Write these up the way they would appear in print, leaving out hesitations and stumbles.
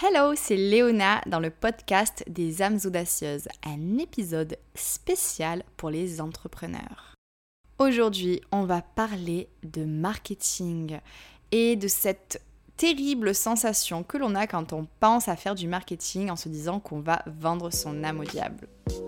Hello, c'est Léona dans le podcast des âmes audacieuses, un épisode spécial pour les entrepreneurs. Aujourd'hui, on va parler de marketing et de cette terrible sensation que l'on a quand on pense à faire du marketing en se disant qu'on va vendre son âme au diable.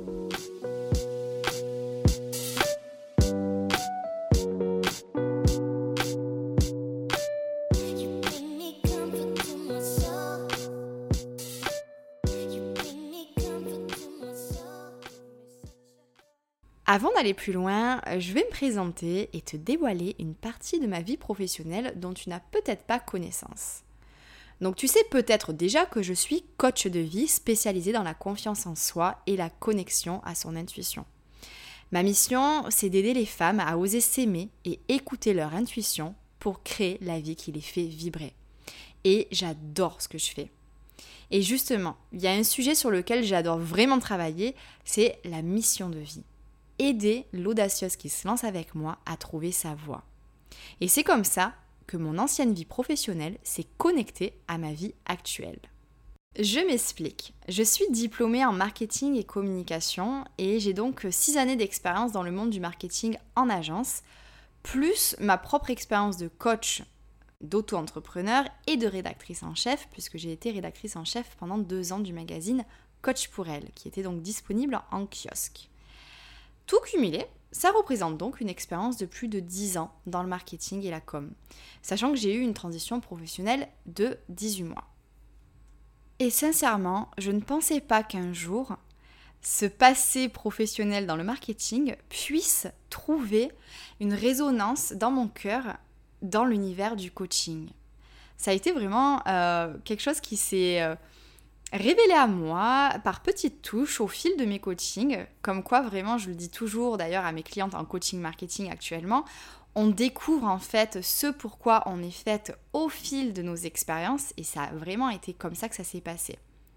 Avant d'aller plus loin, je vais me présenter et te dévoiler une partie de ma vie professionnelle dont tu n'as peut-être pas connaissance. Donc tu sais peut-être déjà que je suis coach de vie spécialisée dans la confiance en soi et la connexion à son intuition. Ma mission, c'est d'aider les femmes à oser s'aimer et écouter leur intuition pour créer la vie qui les fait vibrer. Et j'adore ce que je fais. Et justement, il y a un sujet sur lequel j'adore vraiment travailler, c'est la mission de vie. Aider l'audacieuse qui se lance avec moi à trouver sa voie. Et c'est comme ça que mon ancienne vie professionnelle s'est connectée à ma vie actuelle. Je m'explique. Je suis diplômée en marketing et communication et j'ai donc 6 années d'expérience dans le monde du marketing en agence, plus ma propre expérience de coach, d'auto-entrepreneur et de rédactrice en chef, puisque j'ai été rédactrice en chef pendant 2 ans du magazine Coach pour elle, qui était donc disponible en kiosque. Tout cumulé, ça représente donc une expérience de plus de 10 ans dans le marketing et la com, sachant que j'ai eu une transition professionnelle de 18 mois. Et sincèrement, je ne pensais pas qu'un jour, ce passé professionnel dans le marketing puisse trouver une résonance dans mon cœur dans l'univers du coaching. Ça a été vraiment quelque chose qui s'est révélé à moi par petites touches au fil de mes coachings, comme quoi vraiment, je le dis toujours d'ailleurs à mes clientes en coaching marketing actuellement, on découvre en fait ce pourquoi on est faite au fil de nos expériences et ça a vraiment été comme ça que ça s'est passé.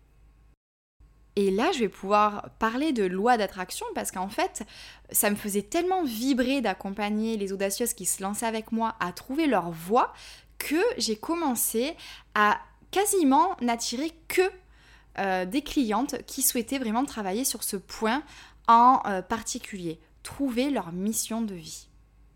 Et là, je vais pouvoir parler de loi d'attraction parce qu'en fait, ça me faisait tellement vibrer d'accompagner les audacieuses qui se lançaient avec moi à trouver leur voie que j'ai commencé à quasiment n'attirer que des clientes qui souhaitaient vraiment travailler sur ce point en particulier, trouver leur mission de vie.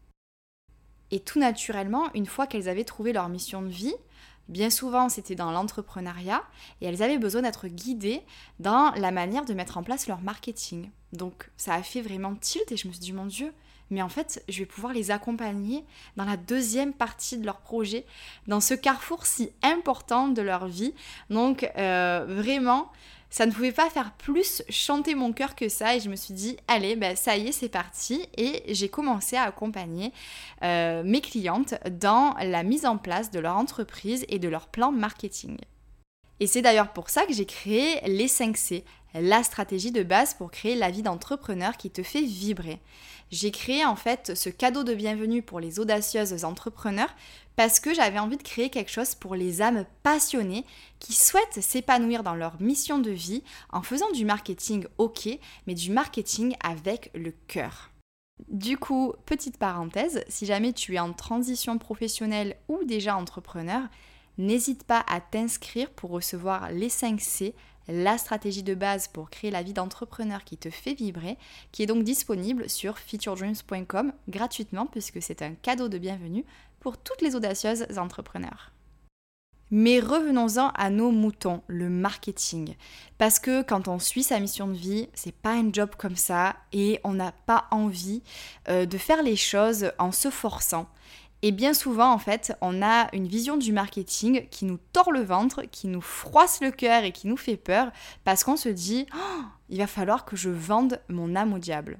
Et tout naturellement, une fois qu'elles avaient trouvé leur mission de vie, bien souvent c'était dans l'entrepreneuriat et elles avaient besoin d'être guidées dans la manière de mettre en place leur marketing. Donc ça a fait vraiment tilt et je me suis dit mon Dieu, mais en fait je vais pouvoir les accompagner dans la deuxième partie de leur projet, dans ce carrefour si important de leur vie. Donc vraiment, ça ne pouvait pas faire plus chanter mon cœur que ça et je me suis dit allez, ça y est, c'est parti et j'ai commencé à accompagner mes clientes dans la mise en place de leur entreprise et de leur plan marketing. Et c'est d'ailleurs pour ça que j'ai créé les 5C, la stratégie de base pour créer la vie d'entrepreneur qui te fait vibrer. J'ai créé en fait ce cadeau de bienvenue pour les audacieuses entrepreneurs parce que j'avais envie de créer quelque chose pour les âmes passionnées qui souhaitent s'épanouir dans leur mission de vie en faisant du marketing ok, mais du marketing avec le cœur. Du coup, petite parenthèse, si jamais tu es en transition professionnelle ou déjà entrepreneur, n'hésite pas à t'inscrire pour recevoir les 5C, la stratégie de base pour créer la vie d'entrepreneur qui te fait vibrer, qui est donc disponible sur featuredreams.com gratuitement puisque c'est un cadeau de bienvenue pour toutes les audacieuses entrepreneurs. Mais revenons-en à nos moutons, le marketing. Parce que quand on suit sa mission de vie, c'est pas un job comme ça et on n'a pas envie de faire les choses en se forçant. Et bien souvent, en fait, on a une vision du marketing qui nous tord le ventre, qui nous froisse le cœur et qui nous fait peur parce qu'on se dit oh, il va falloir que je vende mon âme au diable.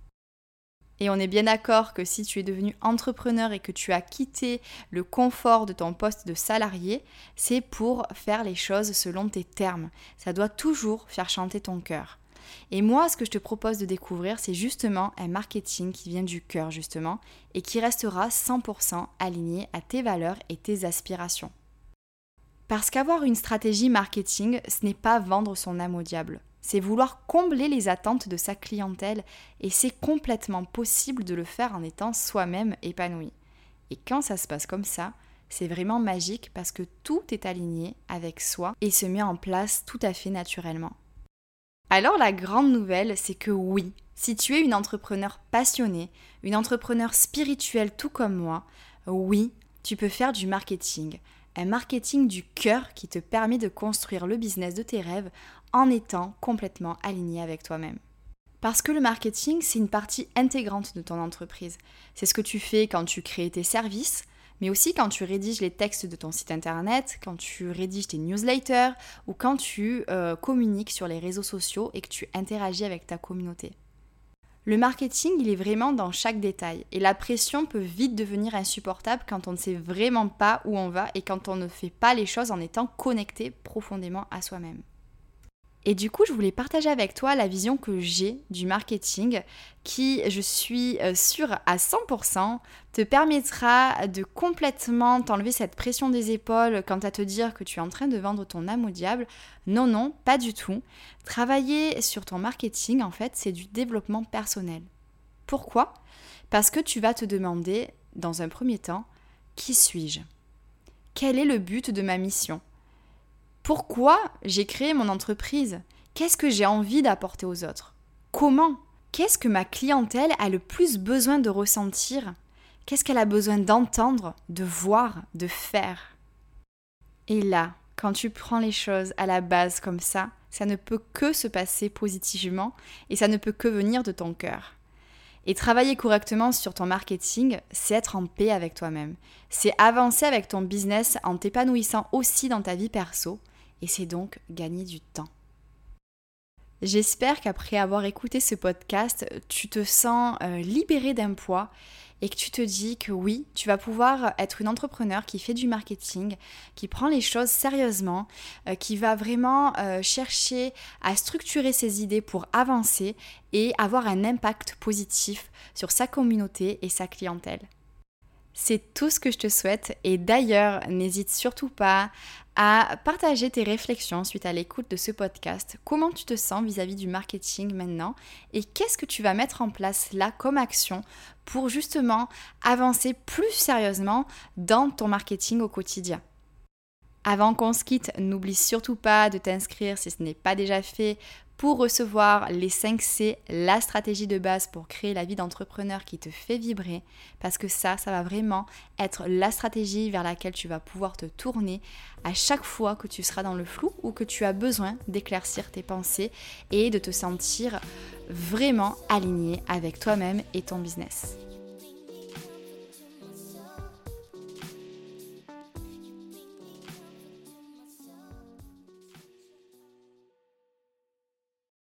Et on est bien d'accord que si tu es devenu entrepreneur et que tu as quitté le confort de ton poste de salarié, c'est pour faire les choses selon tes termes. Ça doit toujours faire chanter ton cœur. Et moi, ce que je te propose de découvrir, c'est justement un marketing qui vient du cœur, justement, et qui restera 100% aligné à tes valeurs et tes aspirations. Parce qu'avoir une stratégie marketing, ce n'est pas vendre son âme au diable. C'est vouloir combler les attentes de sa clientèle et c'est complètement possible de le faire en étant soi-même épanoui. Et quand ça se passe comme ça, c'est vraiment magique parce que tout est aligné avec soi et se met en place tout à fait naturellement. Alors la grande nouvelle, c'est que oui, si tu es une entrepreneur passionnée, une entrepreneur spirituelle tout comme moi, oui, tu peux faire du marketing. Un marketing du cœur qui te permet de construire le business de tes rêves en étant complètement aligné avec toi-même. Parce que le marketing, c'est une partie intégrante de ton entreprise. C'est ce que tu fais quand tu crées tes services, mais aussi quand tu rédiges les textes de ton site internet, quand tu rédiges tes newsletters ou quand tu communiques sur les réseaux sociaux et que tu interagis avec ta communauté. Le marketing, il est vraiment dans chaque détail et la pression peut vite devenir insupportable quand on ne sait vraiment pas où on va et quand on ne fait pas les choses en étant connecté profondément à soi-même. Et du coup, je voulais partager avec toi la vision que j'ai du marketing qui, je suis sûre à 100%, te permettra de complètement t'enlever cette pression des épaules quant à te dire que tu es en train de vendre ton âme au diable. Non, non, pas du tout. Travailler sur ton marketing, en fait, c'est du développement personnel. Pourquoi ? Parce que tu vas te demander, dans un premier temps, qui suis-je ? Quel est le but de ma mission ? Pourquoi j'ai créé mon entreprise ? Qu'est-ce que j'ai envie d'apporter aux autres ? Comment ? Qu'est-ce que ma clientèle a le plus besoin de ressentir ? Qu'est-ce qu'elle a besoin d'entendre, de voir, de faire ? Et là, quand tu prends les choses à la base comme ça ne peut que se passer positivement et ça ne peut que venir de ton cœur. Et travailler correctement sur ton marketing, c'est être en paix avec toi-même. C'est avancer avec ton business en t'épanouissant aussi dans ta vie perso. Et c'est donc gagner du temps. J'espère qu'après avoir écouté ce podcast, tu te sens libéré d'un poids et que tu te dis que oui, tu vas pouvoir être une entrepreneur qui fait du marketing, qui prend les choses sérieusement, qui va vraiment chercher à structurer ses idées pour avancer et avoir un impact positif sur sa communauté et sa clientèle. C'est tout ce que je te souhaite et d'ailleurs, n'hésite surtout pas à partager tes réflexions suite à l'écoute de ce podcast. Comment tu te sens vis-à-vis du marketing maintenant et qu'est-ce que tu vas mettre en place là comme action pour justement avancer plus sérieusement dans ton marketing au quotidien. Avant qu'on se quitte, n'oublie surtout pas de t'inscrire si ce n'est pas déjà fait pour recevoir les 5C, la stratégie de base pour créer la vie d'entrepreneur qui te fait vibrer, parce que ça va vraiment être la stratégie vers laquelle tu vas pouvoir te tourner à chaque fois que tu seras dans le flou ou que tu as besoin d'éclaircir tes pensées et de te sentir vraiment aligné avec toi-même et ton business.